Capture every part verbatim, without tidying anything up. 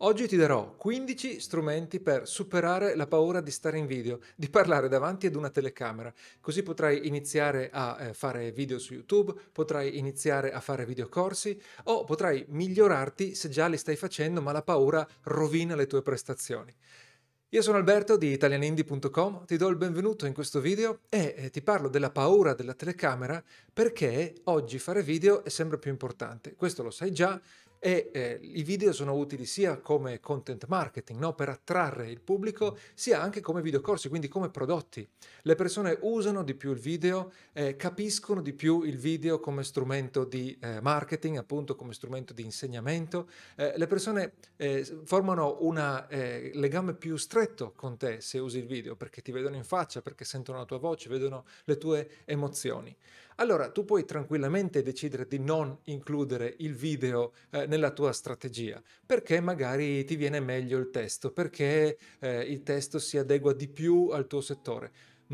Oggi ti darò quindici strumenti per superare la paura di stare in video, di parlare davanti ad una telecamera. Così potrai iniziare a eh, fare video su YouTube, potrai iniziare a fare videocorsi o potrai migliorarti se già li stai facendo, ma la paura rovina le tue prestazioni. Io sono Alberto di italianindie punto com, ti do il benvenuto in questo video e eh, ti parlo della paura della telecamera perché oggi fare video è sempre più importante. Questo lo sai già e eh, i video sono utili sia come content marketing, no? Per attrarre il pubblico, sia anche come videocorsi, quindi come prodotti. Le persone usano di più il video, eh, capiscono di più il video come strumento di eh, marketing, appunto come strumento di insegnamento. Eh, le persone eh, formano un eh, legame più stretto con te se usi il video, perché ti vedono in faccia, perché sentono la tua voce, vedono le tue emozioni. Allora tu puoi tranquillamente decidere di non includere il video eh, nella tua strategia, perché magari ti viene meglio il testo, perché eh, il testo si adegua di più al tuo settore.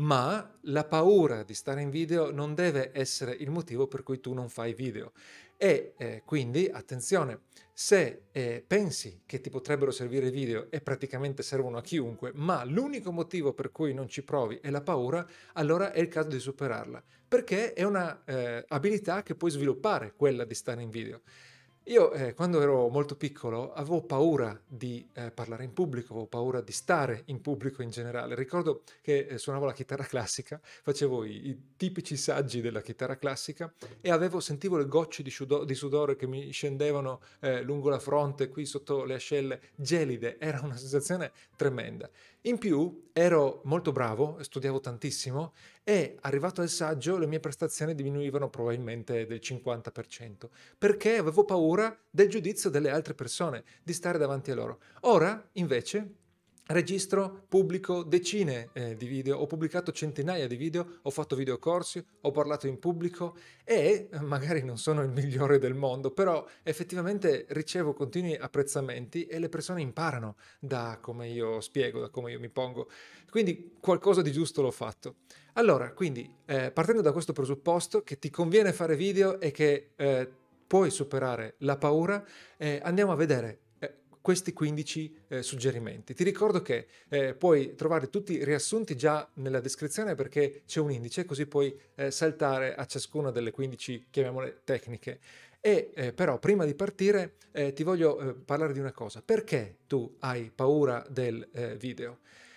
Ma la paura di stare in video non deve essere il motivo per cui tu non fai video. E eh, quindi, attenzione, se eh, pensi che ti potrebbero servire video e praticamente servono a chiunque, ma l'unico motivo per cui non ci provi è la paura, allora è il caso di superarla, perché è una eh, abilità che puoi sviluppare, quella di stare in video. Io eh, quando ero molto piccolo avevo paura di eh, parlare in pubblico, avevo paura di stare in pubblico in generale. Ricordo che eh, suonavo la chitarra classica, facevo i, i tipici saggi della chitarra classica e avevo, sentivo le gocce di, sudo- di sudore che mi scendevano eh, lungo la fronte, qui sotto le ascelle, gelide. Era una sensazione tremenda. In più ero molto bravo, studiavo tantissimo e arrivato al saggio le mie prestazioni diminuivano probabilmente del cinquanta per cento perché avevo paura del giudizio delle altre persone, di stare davanti a loro. Ora, invece, registro, pubblico decine eh, di video, ho pubblicato centinaia di video, ho fatto videocorsi, ho parlato in pubblico e eh, magari non sono il migliore del mondo, però effettivamente ricevo continui apprezzamenti e le persone imparano da come io spiego, da come io mi pongo. Quindi qualcosa di giusto l'ho fatto. Allora, quindi, eh, partendo da questo presupposto che ti conviene fare video e che eh, puoi superare la paura, eh, andiamo a vedere eh, questi quindici eh, suggerimenti. Ti ricordo che eh, puoi trovare tutti riassunti già nella descrizione perché c'è un indice, così puoi eh, saltare a ciascuna delle quindici, chiamiamole, tecniche. E eh, però prima di partire eh, ti voglio eh, parlare di una cosa. Perché tu hai paura del eh, video?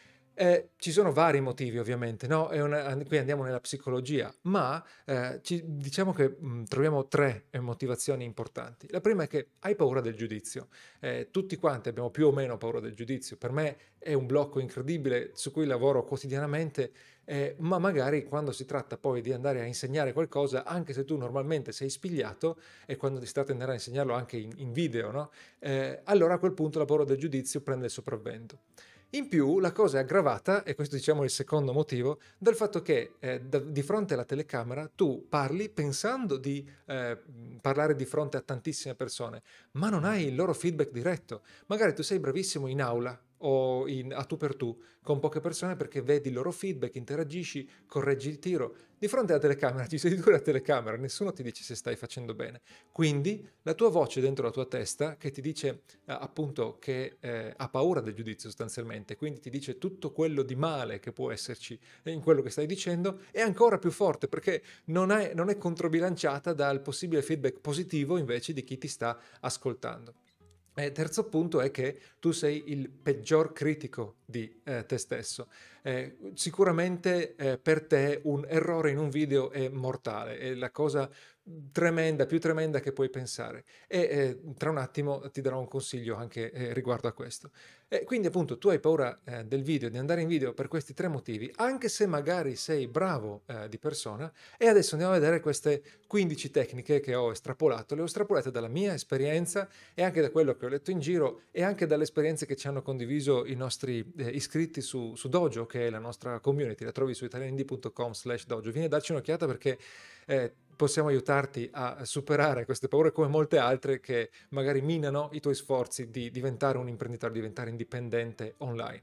Eh, ci sono vari motivi ovviamente, no? È una, qui andiamo nella psicologia, ma eh, ci, diciamo che mh, troviamo tre eh, motivazioni importanti. La prima è che hai paura del giudizio. Eh, tutti quanti abbiamo più o meno paura del giudizio. Per me è un blocco incredibile su cui lavoro quotidianamente, eh, ma magari quando si tratta poi di andare a insegnare qualcosa, anche se tu normalmente sei spigliato, e quando si tratta di andare a insegnarlo anche in, in video, no? Eh, allora a quel punto la paura del giudizio prende il sopravvento. In più la cosa è aggravata, e questo diciamo è il secondo motivo, dal fatto che eh, da, di fronte alla telecamera tu parli pensando di eh, parlare di fronte a tantissime persone, ma non hai il loro feedback diretto. Magari tu sei bravissimo in aula o in, a tu per tu con poche persone perché vedi il loro feedback, interagisci, correggi il tiro. Di fronte alla telecamera ci sei tu alla telecamera, nessuno ti dice se stai facendo bene. Quindi la tua voce dentro la tua testa che ti dice eh, appunto che eh, ha paura del giudizio sostanzialmente, quindi ti dice tutto quello di male che può esserci in quello che stai dicendo, è ancora più forte perché non è, non è controbilanciata dal possibile feedback positivo invece di chi ti sta ascoltando. E terzo punto è che tu sei il peggior critico di eh, te stesso. Eh, sicuramente eh, per te un errore in un video è mortale, è la cosa tremenda, più tremenda che puoi pensare. E eh, tra un attimo ti darò un consiglio anche eh, riguardo a questo. E quindi appunto tu hai paura eh, del video, di andare in video per questi tre motivi, anche se magari sei bravo eh, di persona. E adesso andiamo a vedere queste quindici tecniche che ho estrapolato. Le ho estrapolate dalla mia esperienza e anche da quello che ho letto in giro e anche dalle esperienze che ci hanno condiviso i nostri eh, iscritti su, su Dojo, che è la nostra community. La trovi su italianindie punto com slash dojo. Vieni a darci un'occhiata perché eh, possiamo aiutarti a superare queste paure come molte altre che magari minano i tuoi sforzi di diventare un imprenditore, diventare indipendente online.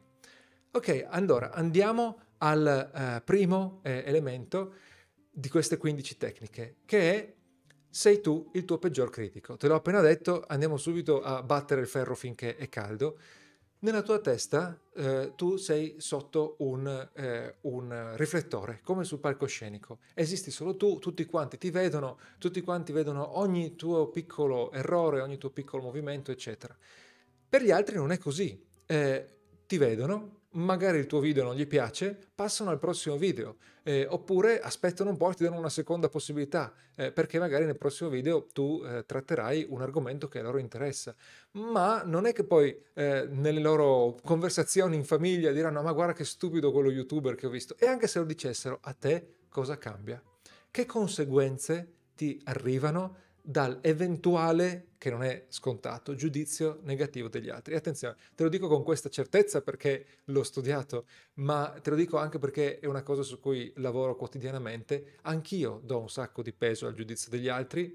Ok, allora andiamo al eh, primo eh, elemento di queste quindici tecniche, che è sei tu il tuo peggior critico. Te l'ho appena detto, andiamo subito a battere il ferro finché è caldo. Nella tua testa eh, tu sei sotto un, eh, un riflettore, come sul palcoscenico. Esisti solo tu, tutti quanti ti vedono, tutti quanti vedono ogni tuo piccolo errore, ogni tuo piccolo movimento, eccetera. Per gli altri non è così. Eh, ti vedono, magari il tuo video non gli piace, passano al prossimo video, eh, oppure aspettano un po' e ti danno una seconda possibilità, eh, perché magari nel prossimo video tu eh, tratterai un argomento che a loro interessa. Ma non è che poi eh, nelle loro conversazioni in famiglia diranno ma guarda che stupido quello youtuber che ho visto. E anche se lo dicessero, a te cosa cambia? Che conseguenze ti arrivano dall'eventuale, che non è scontato, giudizio negativo degli altri? E attenzione, te lo dico con questa certezza perché l'ho studiato, ma te lo dico anche perché è una cosa su cui lavoro quotidianamente. Anch'io do un sacco di peso al giudizio degli altri,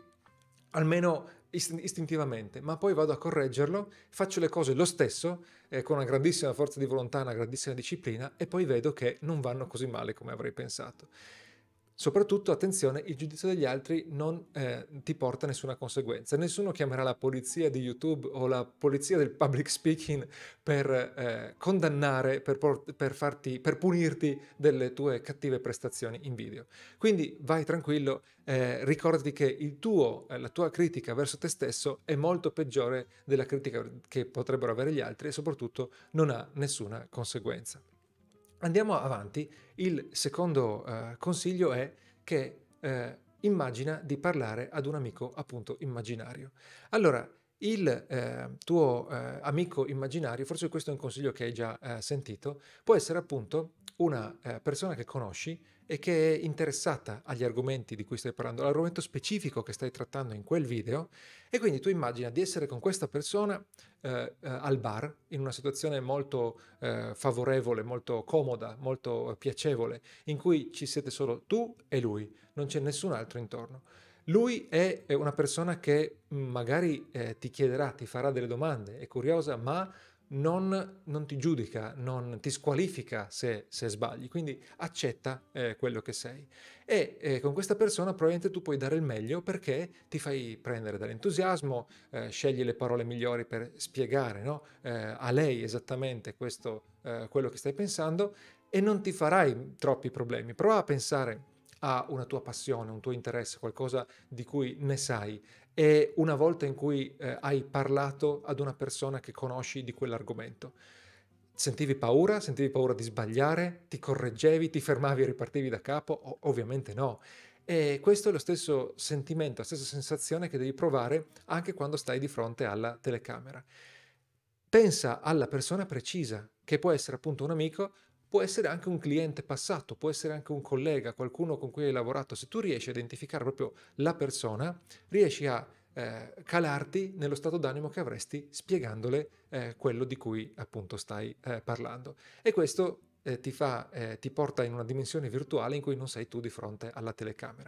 almeno istintivamente, ma poi vado a correggerlo, faccio le cose lo stesso, eh, con una grandissima forza di volontà, una grandissima disciplina, e poi vedo che non vanno così male come avrei pensato. Soprattutto, attenzione, il giudizio degli altri non eh, ti porta a nessuna conseguenza. Nessuno chiamerà la polizia di YouTube o la polizia del public speaking per eh, condannare, per, per, farti, per punirti delle tue cattive prestazioni in video. Quindi vai tranquillo, eh, ricordati che il tuo, eh, la tua critica verso te stesso è molto peggiore della critica che potrebbero avere gli altri e soprattutto non ha nessuna conseguenza. Andiamo avanti. Il secondo uh, consiglio è che uh, immagina di parlare ad un amico appunto immaginario. Allora, il eh, tuo eh, amico immaginario, forse questo è un consiglio che hai già eh, sentito, può essere appunto una eh, persona che conosci e che è interessata agli argomenti di cui stai parlando, all'argomento specifico che stai trattando in quel video, e quindi tu immagina di essere con questa persona eh, eh, al bar, in una situazione molto eh, favorevole, molto comoda, molto piacevole, in cui ci siete solo tu e lui, non c'è nessun altro intorno. Lui è una persona che magari eh, ti chiederà, ti farà delle domande, è curiosa, ma non, non ti giudica, non ti squalifica se, se sbagli, quindi accetta eh, quello che sei. E eh, con questa persona probabilmente tu puoi dare il meglio perché ti fai prendere dall'entusiasmo, eh, scegli le parole migliori per spiegare, no? eh, a lei esattamente questo, eh, quello che stai pensando, e non ti farai troppi problemi. Prova a pensare a una tua passione, un tuo interesse, qualcosa di cui ne sai, e una volta in cui eh, hai parlato ad una persona che conosci di quell'argomento. Sentivi paura? Sentivi paura di sbagliare? Ti correggevi? Ti fermavi e ripartivi da capo? O- ovviamente no. E questo è lo stesso sentimento, la stessa sensazione che devi provare anche quando stai di fronte alla telecamera. Pensa alla persona precisa, che può essere appunto un amico, può essere anche un cliente passato, può essere anche un collega, qualcuno con cui hai lavorato. Se tu riesci a identificare proprio la persona, riesci a eh, calarti nello stato d'animo che avresti spiegandole eh, quello di cui appunto stai eh, parlando. E questo eh, ti, fa, eh, ti porta in una dimensione virtuale in cui non sei tu di fronte alla telecamera.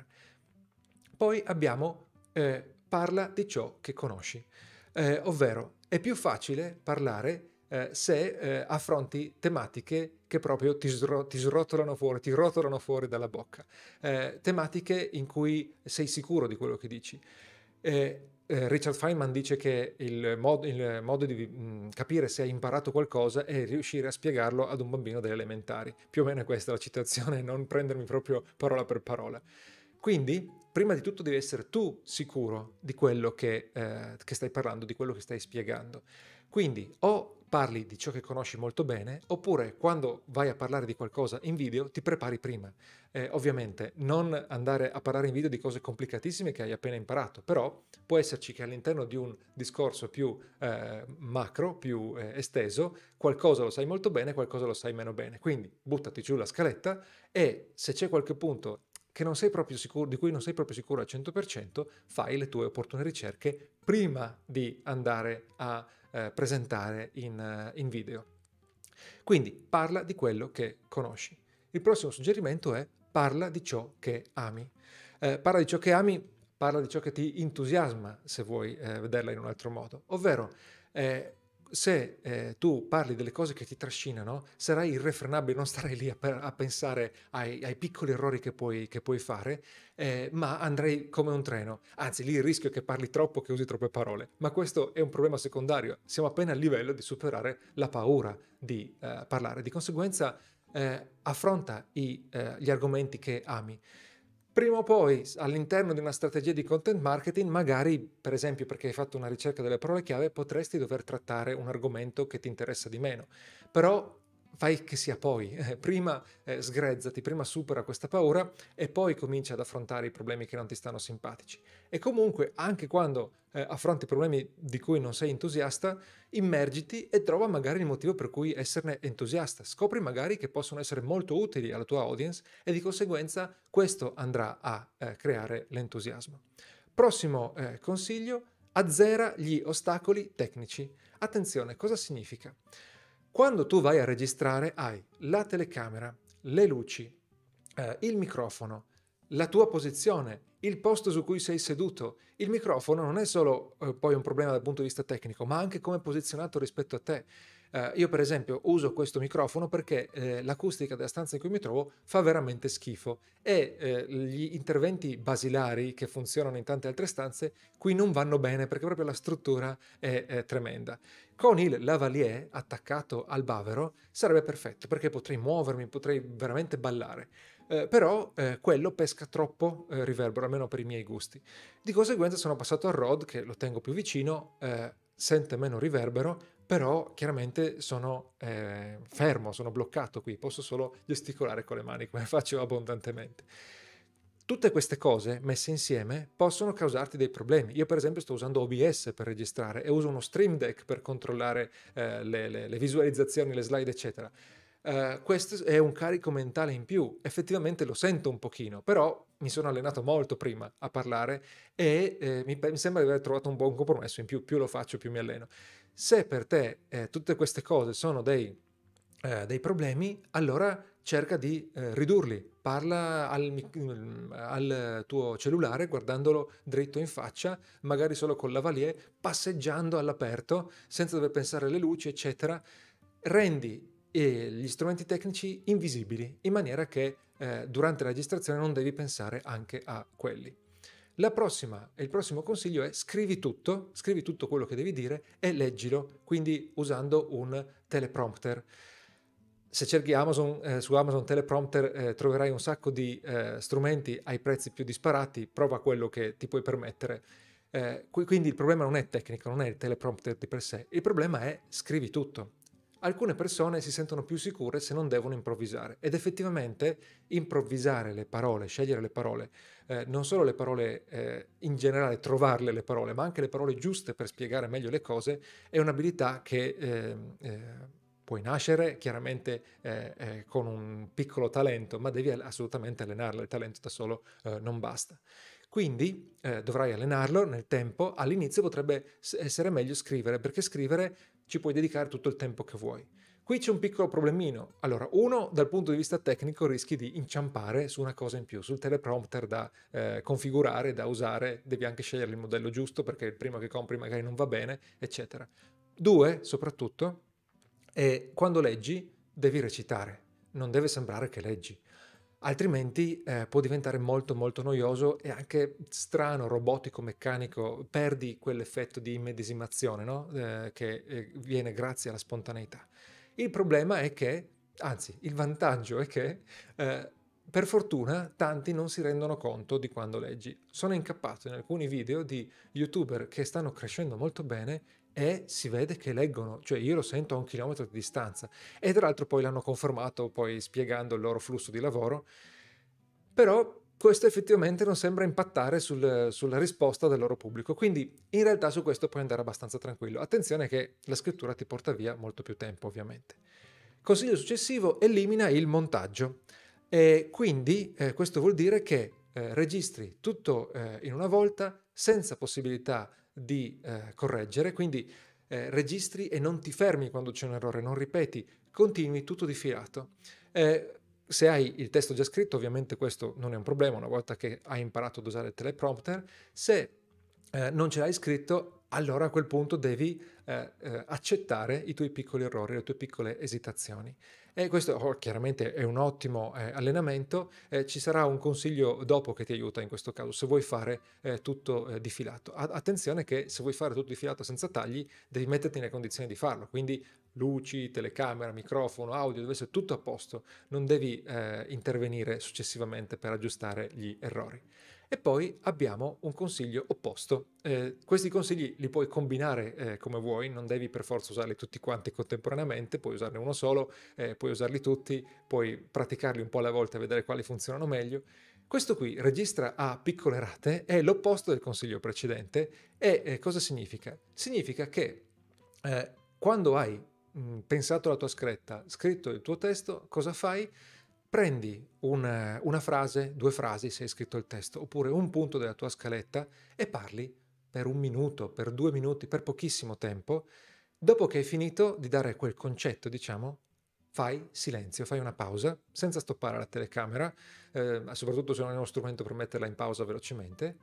Poi abbiamo eh, parla di ciò che conosci, eh, ovvero è più facile parlare eh, se eh, affronti tematiche che proprio ti, sro- ti srotolano fuori, ti rotolano fuori dalla bocca, eh, tematiche in cui sei sicuro di quello che dici. Eh, eh, Richard Feynman dice che il, mod- il modo di mh, capire se hai imparato qualcosa è riuscire a spiegarlo ad un bambino delle elementari. Più o meno è questa la citazione, non prendermi proprio parola per parola. Quindi, prima di tutto devi essere tu sicuro di quello che, eh, che stai parlando, di quello che stai spiegando. Quindi o parli di ciò che conosci molto bene, oppure quando vai a parlare di qualcosa in video ti prepari prima. Eh, ovviamente non andare a parlare in video di cose complicatissime che hai appena imparato, però può esserci che all'interno di un discorso più eh, macro, più eh, esteso, qualcosa lo sai molto bene, qualcosa lo sai meno bene. Quindi buttati giù la scaletta e se c'è qualche punto che non sei proprio sicuro, di cui non sei proprio sicuro al cento per cento, fai le tue opportune ricerche prima di andare a eh, presentare in, uh, in video. Quindi parla di quello che conosci. Il prossimo suggerimento è parla di ciò che ami. Eh, parla di ciò che ami, parla di ciò che ti entusiasma, se vuoi eh, vederla in un altro modo. Ovvero, eh, se eh, tu parli delle cose che ti trascinano, sarai irrefrenabile, non starai lì a, per- a pensare ai, ai piccoli errori che puoi, che puoi fare, eh, ma andrai come un treno. Anzi, lì il rischio è che parli troppo, che usi troppe parole. Ma questo è un problema secondario. Siamo appena al livello di superare la paura di eh, parlare. Di conseguenza, eh, affronta i, eh, gli argomenti che ami. Prima o poi, all'interno di una strategia di content marketing, magari, per esempio, perché hai fatto una ricerca delle parole chiave, potresti dover trattare un argomento che ti interessa di meno. Però fai che sia poi. Eh, prima eh, sgrezzati, prima supera questa paura e poi comincia ad affrontare i problemi che non ti stanno simpatici. E comunque, anche quando eh, affronti problemi di cui non sei entusiasta, immergiti e trova magari il motivo per cui esserne entusiasta. Scopri magari che possono essere molto utili alla tua audience e di conseguenza questo andrà a eh, creare l'entusiasmo. Prossimo eh, consiglio, azzera gli ostacoli tecnici. Attenzione, cosa significa? Quando tu vai a registrare hai la telecamera, le luci, eh, il microfono, la tua posizione, il posto su cui sei seduto. Il microfono non è solo eh, poi un problema dal punto di vista tecnico, ma anche come è posizionato rispetto a te. Eh, io per esempio uso questo microfono perché eh, l'acustica della stanza in cui mi trovo fa veramente schifo e eh, gli interventi basilari che funzionano in tante altre stanze qui non vanno bene perché proprio la struttura è, è tremenda. Con il lavalier attaccato al bavero sarebbe perfetto perché potrei muovermi, potrei veramente ballare. Eh, però eh, quello pesca troppo eh, riverbero, almeno per i miei gusti. Di conseguenza sono passato al Rode, che lo tengo più vicino, eh, sente meno riverbero, però chiaramente sono eh, fermo, sono bloccato qui, posso solo gesticolare con le mani come faccio abbondantemente. Tutte queste cose messe insieme possono causarti dei problemi. Io per esempio sto usando O B S per registrare e uso uno Stream Deck per controllare eh, le, le, le visualizzazioni, le slide eccetera. Uh, questo è un carico mentale in più, effettivamente lo sento un pochino, però mi sono allenato molto prima a parlare e eh, mi, mi sembra di aver trovato un buon compromesso, in più più lo faccio più mi alleno. Se per te eh, tutte queste cose sono dei, eh, dei problemi, allora cerca di eh, ridurli, parla al, al tuo cellulare guardandolo dritto in faccia, magari solo col lavalier, passeggiando all'aperto, senza dover pensare alle luci, eccetera. Rendi e gli strumenti tecnici invisibili, in maniera che eh, durante la registrazione non devi pensare anche a quelli. La prossima, il prossimo consiglio è scrivi tutto, scrivi tutto quello che devi dire e leggilo, quindi usando un teleprompter. Se cerchi Amazon, eh, su Amazon Teleprompter eh, troverai un sacco di eh, strumenti ai prezzi più disparati, prova quello che ti puoi permettere. Eh, quindi il problema non è tecnico, non è il teleprompter di per sé, il problema è scrivi tutto. Alcune persone si sentono più sicure se non devono improvvisare ed effettivamente improvvisare le parole, scegliere le parole, eh, non solo le parole eh, in generale, trovarle le parole, ma anche le parole giuste per spiegare meglio le cose, è un'abilità che eh, eh, puoi nascere chiaramente eh, eh, con un piccolo talento, ma devi assolutamente allenarla, il talento da solo eh, non basta. Quindi eh, dovrai allenarlo nel tempo, all'inizio potrebbe essere meglio scrivere, perché scrivere ci puoi dedicare tutto il tempo che vuoi. Qui c'è un piccolo problemino. Allora, uno, dal punto di vista tecnico rischi di inciampare su una cosa in più, sul teleprompter da eh, configurare, da usare, devi anche scegliere il modello giusto perché il primo che compri magari non va bene, eccetera. Due, soprattutto, è quando leggi devi recitare, non deve sembrare che leggi. Altrimenti eh, può diventare molto molto noioso e anche strano, robotico, meccanico, perdi quell'effetto di immedesimazione, no? eh, che eh, viene grazie alla spontaneità. Il problema è che, anzi, il vantaggio è che eh, per fortuna tanti non si rendono conto di quando leggi. Sono incappato in alcuni video di YouTuber che stanno crescendo molto bene e si vede che leggono, cioè io lo sento a un chilometro di distanza e tra l'altro poi l'hanno confermato poi spiegando il loro flusso di lavoro, però questo effettivamente non sembra impattare sul, sulla risposta del loro pubblico, quindi in realtà su questo puoi andare abbastanza tranquillo. Attenzione che la scrittura ti porta via molto più tempo ovviamente. Consiglio successivo, elimina il montaggio. E quindi eh, questo vuol dire che eh, registri tutto eh, in una volta senza possibilità di eh, correggere, quindi eh, registri e non ti fermi quando c'è un errore, non ripeti, continui tutto di filato. Eh, se hai il testo già scritto, ovviamente questo non è un problema una volta che hai imparato ad usare il teleprompter. Se eh, non ce l'hai scritto, allora a quel punto devi eh, eh, accettare i tuoi piccoli errori, le tue piccole esitazioni. E questo oh, chiaramente è un ottimo eh, allenamento. Eh, ci sarà un consiglio dopo che ti aiuta in questo caso, se vuoi fare eh, tutto eh, di filato. A- attenzione che se vuoi fare tutto di filato senza tagli, devi metterti nelle condizioni di farlo, quindi luci, telecamera, microfono, audio, deve essere tutto a posto, non devi eh, intervenire successivamente per aggiustare gli errori. E poi abbiamo un consiglio opposto. Eh, questi consigli li puoi combinare eh, come vuoi, non devi per forza usarli tutti quanti contemporaneamente, puoi usarne uno solo, eh, puoi usarli tutti, puoi praticarli un po' alla volta e vedere quali funzionano meglio. Questo qui registra a piccole rate, è l'opposto del consiglio precedente e eh, cosa significa? Significa che eh, quando hai mh, pensato alla tua scretta, scritto il tuo testo, cosa fai? Prendi una, una frase, due frasi se hai scritto il testo, oppure un punto della tua scaletta e parli per un minuto, per due minuti, per pochissimo tempo. Dopo che hai finito di dare quel concetto, diciamo, fai silenzio, fai una pausa, senza stoppare la telecamera, eh, soprattutto se non hai uno strumento per metterla in pausa velocemente.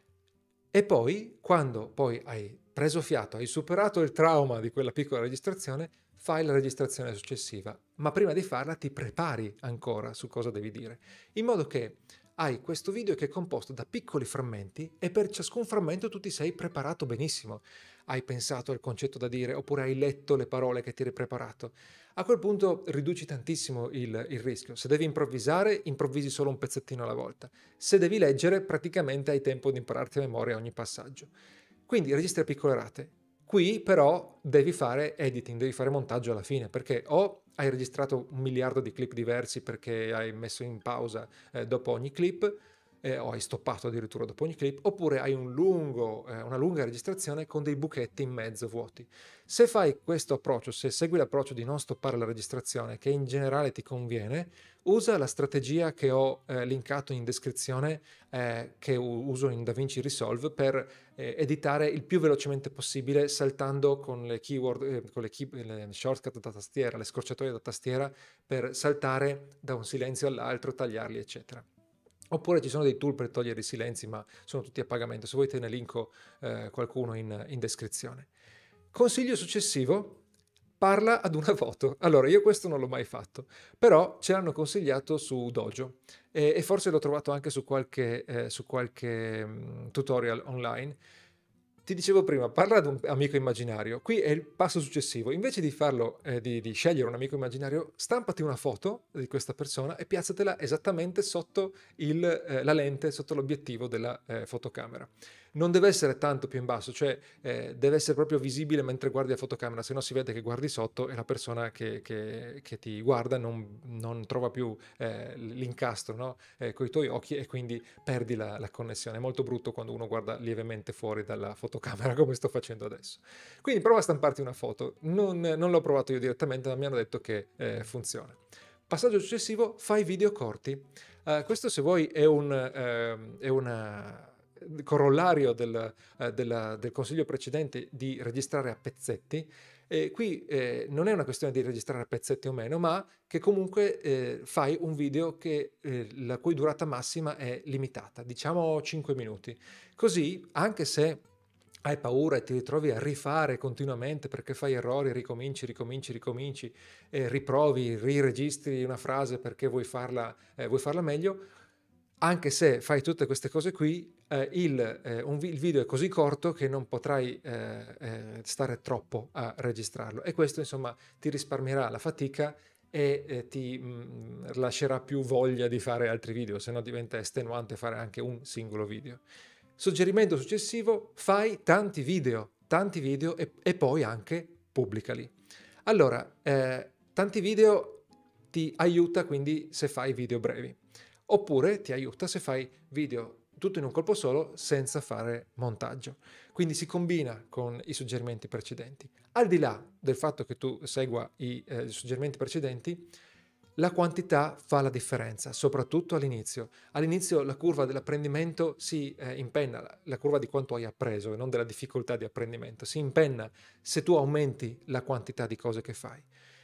E poi, quando poi hai preso fiato, hai superato il trauma di quella piccola registrazione, fai la registrazione successiva, ma prima di farla ti prepari ancora su cosa devi dire, in modo che hai questo video che è composto da piccoli frammenti e per ciascun frammento tu ti sei preparato benissimo. Hai pensato al concetto da dire oppure hai letto le parole che ti eri preparato. A quel punto riduci tantissimo il, il rischio. Se devi improvvisare, improvvisi solo un pezzettino alla volta. Se devi leggere, praticamente hai tempo di impararti a memoria ogni passaggio. Quindi registri a piccole rate. Qui però devi fare editing, devi fare montaggio alla fine, perché o hai registrato un miliardo di clip diversi perché hai messo in pausa eh, dopo ogni clip, eh, o hai stoppato addirittura dopo ogni clip, oppure hai un lungo, eh, una lunga registrazione con dei buchetti in mezzo vuoti. Se fai questo approccio, se segui l'approccio di non stoppare la registrazione, che in generale ti conviene, usa la strategia che ho eh, linkato in descrizione, eh, che uso in DaVinci Resolve per eh, editare il più velocemente possibile, saltando con le keyword, eh, con le, key, le shortcut da tastiera, le scorciatoie da tastiera, per saltare da un silenzio all'altro, tagliarli, eccetera. Oppure ci sono dei tool per togliere i silenzi, ma sono tutti a pagamento. Se vuoi te ne linko eh, qualcuno in, in descrizione. Consiglio successivo, parla ad una foto. Allora, io questo non l'ho mai fatto, però ce l'hanno consigliato su Dojo e, e forse l'ho trovato anche su qualche, eh, su qualche um, tutorial online. Ti dicevo prima, parla ad un amico immaginario. Qui è il passo successivo. Invece di farlo, eh, di, di scegliere un amico immaginario, stampati una foto di questa persona e piazzatela esattamente sotto il, eh, la lente, sotto l'obiettivo della eh, fotocamera. Non deve essere tanto più in basso, cioè eh, deve essere proprio visibile mentre guardi la fotocamera, se no si vede che guardi sotto e la persona che, che, che ti guarda non, non trova più eh, l'incastro, no? eh, con i tuoi occhi e quindi perdi la, la connessione. È molto brutto quando uno guarda lievemente fuori dalla fotocamera come sto facendo adesso. Quindi prova a stamparti una foto. Non, non l'ho provato io direttamente, ma mi hanno detto che eh, funziona. Passaggio successivo, fai video corti. Uh, questo se vuoi è un, uh, è una corollario del, uh, della, del consiglio precedente di registrare a pezzetti. E qui eh, non è una questione di registrare a pezzetti o meno, ma che comunque eh, fai un video che, eh, la cui durata massima è limitata, diciamo cinque minuti. Così, anche se hai paura e ti ritrovi a rifare continuamente perché fai errori, ricominci, ricominci, ricominci, eh, riprovi, riregistri una frase perché vuoi farla, eh, vuoi farla meglio, anche se fai tutte queste cose qui, eh, il, eh, un, il video è così corto che non potrai eh, eh, stare troppo a registrarlo e questo insomma ti risparmierà la fatica e eh, ti mh, lascerà più voglia di fare altri video, se no diventa estenuante fare anche un singolo video. Suggerimento successivo, fai tanti video, tanti video e, e poi anche pubblicali. Allora, eh, tanti video ti aiuta quindi se fai video brevi, oppure ti aiuta se fai video tutto in un colpo solo senza fare montaggio. Quindi si combina con i suggerimenti precedenti. Al di là del fatto che tu segua i eh, suggerimenti precedenti, la quantità fa la differenza, soprattutto all'inizio. All'inizio la curva dell'apprendimento si eh, impenna, la curva di quanto hai appreso e non della difficoltà di apprendimento, si impenna se tu aumenti la quantità di cose che fai.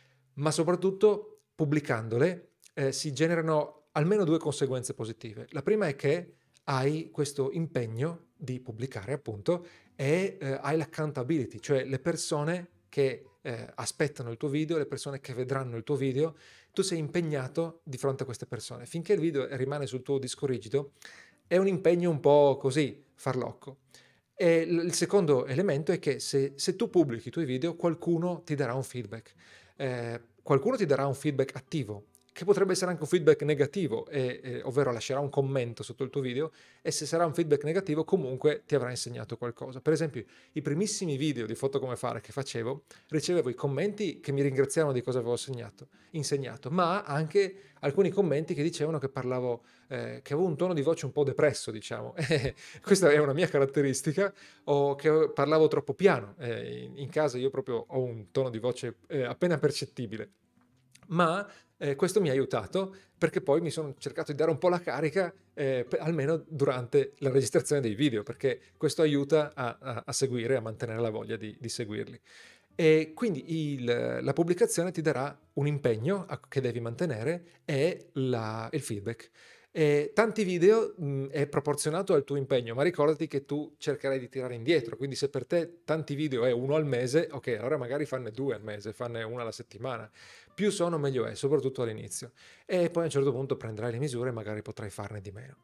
Ma soprattutto pubblicandole eh, si generano almeno due conseguenze positive. La prima è che hai questo impegno di pubblicare appunto e eh, hai l'accountability, cioè le persone che eh, aspettano il tuo video, le persone che vedranno il tuo video, tu sei impegnato di fronte a queste persone. Finché il video rimane sul tuo disco rigido, è un impegno un po' così, farlocco. E il secondo elemento è che se, se tu pubblichi i tuoi video, qualcuno ti darà un feedback. Eh, qualcuno ti darà un feedback attivo, che potrebbe essere anche un feedback negativo, e, eh, ovvero lascerà un commento sotto il tuo video, e se sarà un feedback negativo comunque ti avrà insegnato qualcosa. Per esempio, i primissimi video di foto come fare che facevo, ricevevo i commenti che mi ringraziavano di cosa avevo segnato, insegnato, ma anche alcuni commenti che dicevano che parlavo, eh, che avevo un tono di voce un po' depresso, diciamo. Questa è una mia caratteristica, o che parlavo troppo piano. Eh, in, in casa io proprio ho un tono di voce eh, appena percettibile. Ma eh, questo mi ha aiutato perché poi mi sono cercato di dare un po' la carica, eh, per, almeno durante la registrazione dei video, perché questo aiuta a, a, a seguire, a mantenere la voglia di, di seguirli. E quindi il, la pubblicazione ti darà un impegno a, che devi mantenere e la, il feedback. E tanti video mh, è proporzionato al tuo impegno, ma ricordati che tu cercherai di tirare indietro, quindi se per te tanti video è uno al mese, ok, allora magari fanne due al mese, fanne una alla settimana. Più sono meglio è, soprattutto all'inizio. E poi a un certo punto prenderai le misure e magari potrai farne di meno.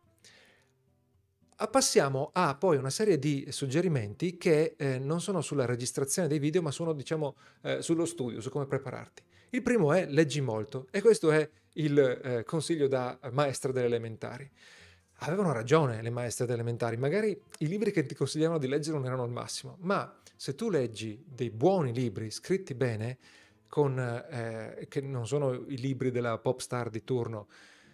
Passiamo a poi una serie di suggerimenti che eh, non sono sulla registrazione dei video, ma sono, diciamo, eh, sullo studio, su come prepararti. Il primo è leggi molto, e questo è il eh, consiglio da maestra delle elementari. Avevano ragione le maestre delle elementari, magari i libri che ti consigliavano di leggere non erano il massimo, ma se tu leggi dei buoni libri scritti bene, con, eh, che non sono i libri della pop star di turno,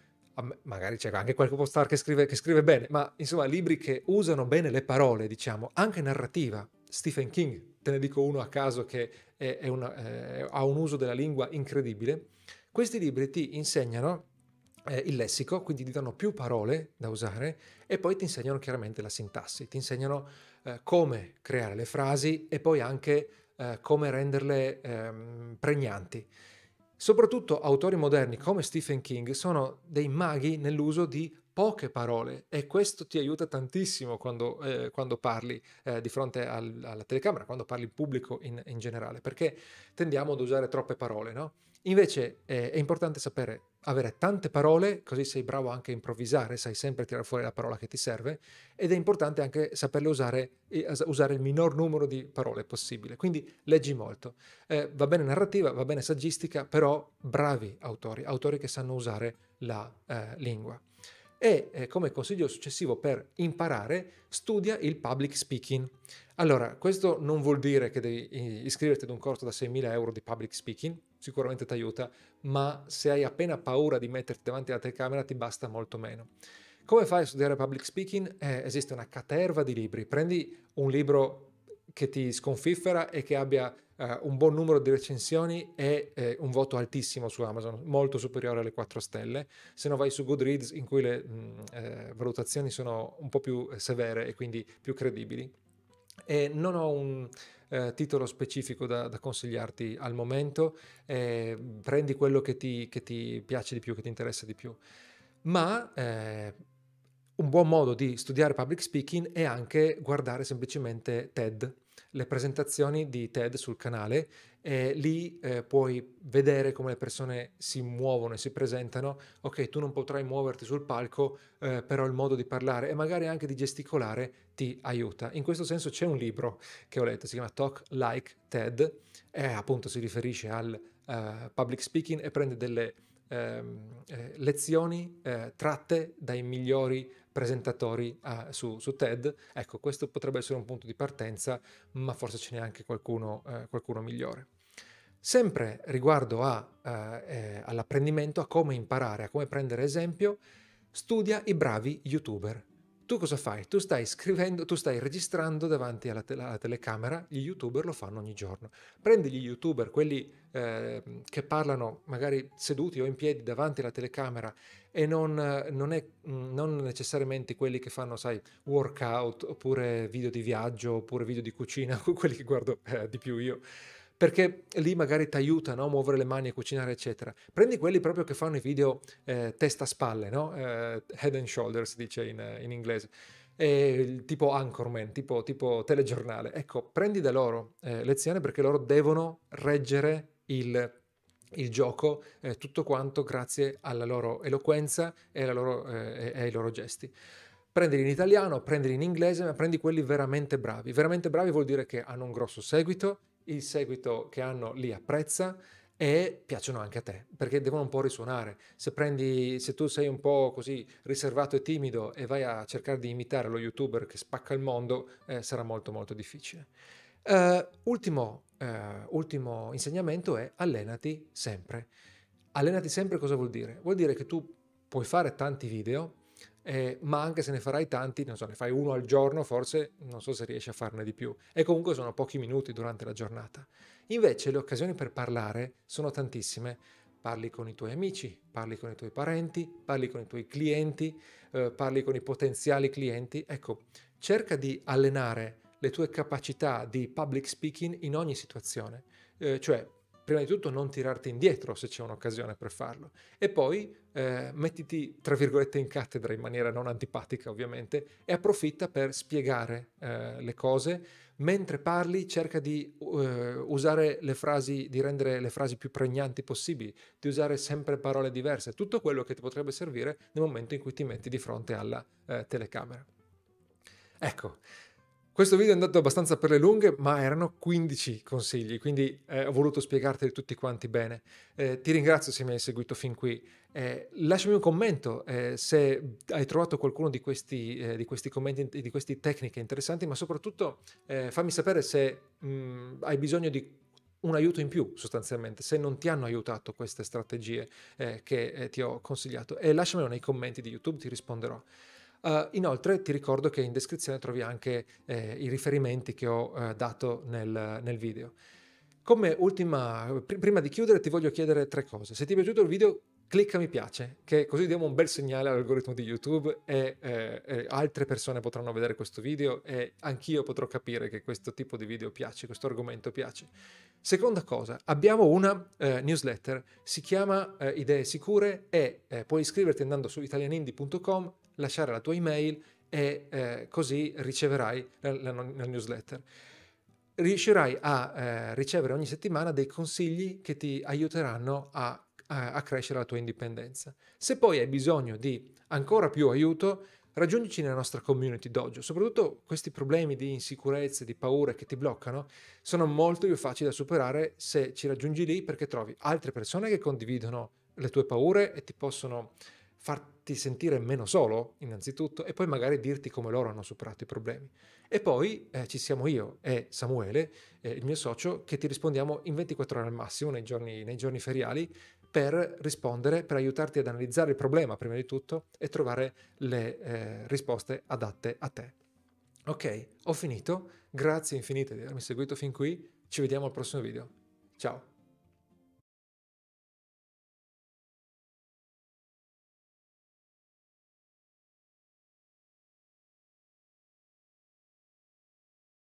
magari c'è anche qualche pop star che scrive, che scrive bene, ma insomma libri che usano bene le parole, diciamo, anche narrativa. Stephen King, te ne dico uno a caso che è, è una, eh, ha un uso della lingua incredibile. Questi libri ti insegnano eh, il lessico, quindi ti danno più parole da usare, e poi ti insegnano chiaramente la sintassi, ti insegnano eh, come creare le frasi e poi anche eh, come renderle ehm, pregnanti. Soprattutto autori moderni come Stephen King sono dei maghi nell'uso di poche parole, e questo ti aiuta tantissimo quando, eh, quando parli eh, di fronte al, alla telecamera, quando parli in pubblico in, in generale, perché tendiamo ad usare troppe parole, no? Invece eh, è importante sapere avere tante parole, così sei bravo anche a improvvisare, sai sempre tirare fuori la parola che ti serve, ed è importante anche saperle usare, eh, usare il minor numero di parole possibile. Quindi leggi molto. Eh, va bene narrativa, va bene saggistica, però bravi autori, autori che sanno usare la eh, lingua. E eh, come consiglio successivo per imparare, studia il public speaking. Allora, questo non vuol dire che devi iscriverti ad un corso da seimila euro di public speaking, sicuramente ti aiuta, ma se hai appena paura di metterti davanti alla telecamera ti basta molto meno. Come fai a studiare public speaking? Eh, esiste una caterva di libri. Prendi un libro che ti sconfiffera e che abbia eh, un buon numero di recensioni e eh, un voto altissimo su Amazon, molto superiore alle quattro stelle. Se no vai su Goodreads, in cui le mh, eh, valutazioni sono un po' più severe e quindi più credibili. E non ho un eh, titolo specifico da, da consigliarti al momento, eh, prendi quello che ti, che ti piace di più, che ti interessa di più. Ma eh, un buon modo di studiare public speaking è anche guardare semplicemente TED, le presentazioni di TED sul canale, e lì eh, puoi vedere come le persone si muovono e si presentano. Ok, tu non potrai muoverti sul palco, eh, però il modo di parlare e magari anche di gesticolare ti aiuta. In questo senso c'è un libro che ho letto, si chiama Talk Like TED, e appunto si riferisce al uh, public speaking e prende delle ehm, eh, lezioni eh, tratte dai migliori presentatori uh, su, su TED. Ecco, questo potrebbe essere un punto di partenza, ma forse ce n'è anche qualcuno, eh, qualcuno migliore. Sempre riguardo a, uh, eh, all'apprendimento, a come imparare, a come prendere esempio, studia i bravi YouTuber. Tu cosa fai? Tu stai scrivendo, tu stai registrando davanti alla, te- alla telecamera, gli YouTuber lo fanno ogni giorno. Prendi gli YouTuber, quelli eh, che parlano magari seduti o in piedi davanti alla telecamera, e non, non, è, non necessariamente quelli che fanno, sai, workout, oppure video di viaggio, oppure video di cucina, quelli che guardo eh, di più io. perché lì magari ti aiutano a muovere le mani, a cucinare, eccetera. Prendi quelli proprio che fanno i video eh, testa a spalle, no? Eh, head and shoulders si dice in, in inglese. Eh, tipo Anchorman, tipo, tipo telegiornale. Ecco, prendi da loro eh, lezione perché loro devono reggere il il gioco, eh, tutto quanto grazie alla loro eloquenza e, alla loro, eh, e ai loro gesti. Prendili in italiano, prendili in inglese, ma prendi quelli veramente bravi. Veramente bravi vuol dire che hanno un grosso seguito, il seguito che hanno li apprezza e piacciono anche a te, perché devono un po' risuonare. Se prendi, se tu sei un po' così riservato e timido e vai a cercare di imitare lo youtuber che spacca il mondo, eh, sarà molto molto difficile. Uh, ultimo, uh, ultimo insegnamento è allenati sempre. Allenati sempre cosa vuol dire? Vuol dire che tu puoi fare tanti video, eh, ma anche se ne farai tanti, non so, ne fai uno al giorno, forse non so se riesci a farne di più. E comunque sono pochi minuti durante la giornata. Invece le occasioni per parlare sono tantissime. Parli con i tuoi amici, parli con i tuoi parenti, parli con i tuoi clienti, eh, parli con i potenziali clienti. Ecco, cerca di allenare le tue capacità di public speaking in ogni situazione, eh, cioè prima di tutto non tirarti indietro se c'è un'occasione per farlo e poi eh, mettiti tra virgolette in cattedra in maniera non antipatica ovviamente e approfitta per spiegare eh, le cose. Mentre parli cerca di uh, usare le frasi, di rendere le frasi più pregnanti possibili, di usare sempre parole diverse, tutto quello che ti potrebbe servire nel momento in cui ti metti di fronte alla eh, telecamera. Ecco, questo video è andato abbastanza per le lunghe, ma erano quindici consigli, quindi eh, ho voluto spiegarteli tutti quanti bene. Eh, ti ringrazio se mi hai seguito fin qui. Eh, lasciami un commento eh, se hai trovato qualcuno di questi, eh, di questi commenti, di queste tecniche interessanti, ma soprattutto eh, fammi sapere se mh, hai bisogno di un aiuto in più sostanzialmente, se non ti hanno aiutato queste strategie eh, che eh, ti ho consigliato. E lasciamelo nei commenti di YouTube, ti risponderò. Uh, inoltre ti ricordo che in descrizione trovi anche eh, i riferimenti che ho eh, dato nel, nel video. Come ultima, pr- prima di chiudere ti voglio chiedere tre cose. Se ti è piaciuto il video clicca mi piace, che così diamo un bel segnale all'algoritmo di YouTube e eh, eh, altre persone potranno vedere questo video e anch'io potrò capire che questo tipo di video piace, questo argomento piace. Seconda cosa, abbiamo una eh, newsletter, si chiama eh, Idee Sicure e eh, puoi iscriverti andando su italianindie punto com, lasciare la tua email e eh, così riceverai la, la, la newsletter. Riuscirai a eh, ricevere ogni settimana dei consigli che ti aiuteranno a, a, a crescere la tua indipendenza. Se poi hai bisogno di ancora più aiuto, raggiungici nella nostra community dojo. Soprattutto questi problemi di insicurezza, di paure che ti bloccano, sono molto più facili da superare se ci raggiungi lì perché trovi altre persone che condividono le tue paure e ti possono farti sentire meno solo, innanzitutto, e poi magari dirti come loro hanno superato i problemi. E poi eh, ci siamo io e Samuele, eh, il mio socio, che ti rispondiamo in ventiquattro ore al massimo nei giorni, nei giorni feriali per rispondere, per aiutarti ad analizzare il problema prima di tutto e trovare le eh, risposte adatte a te. Ok, ho finito. Grazie infinite di avermi seguito fin qui. Ci vediamo al prossimo video. Ciao!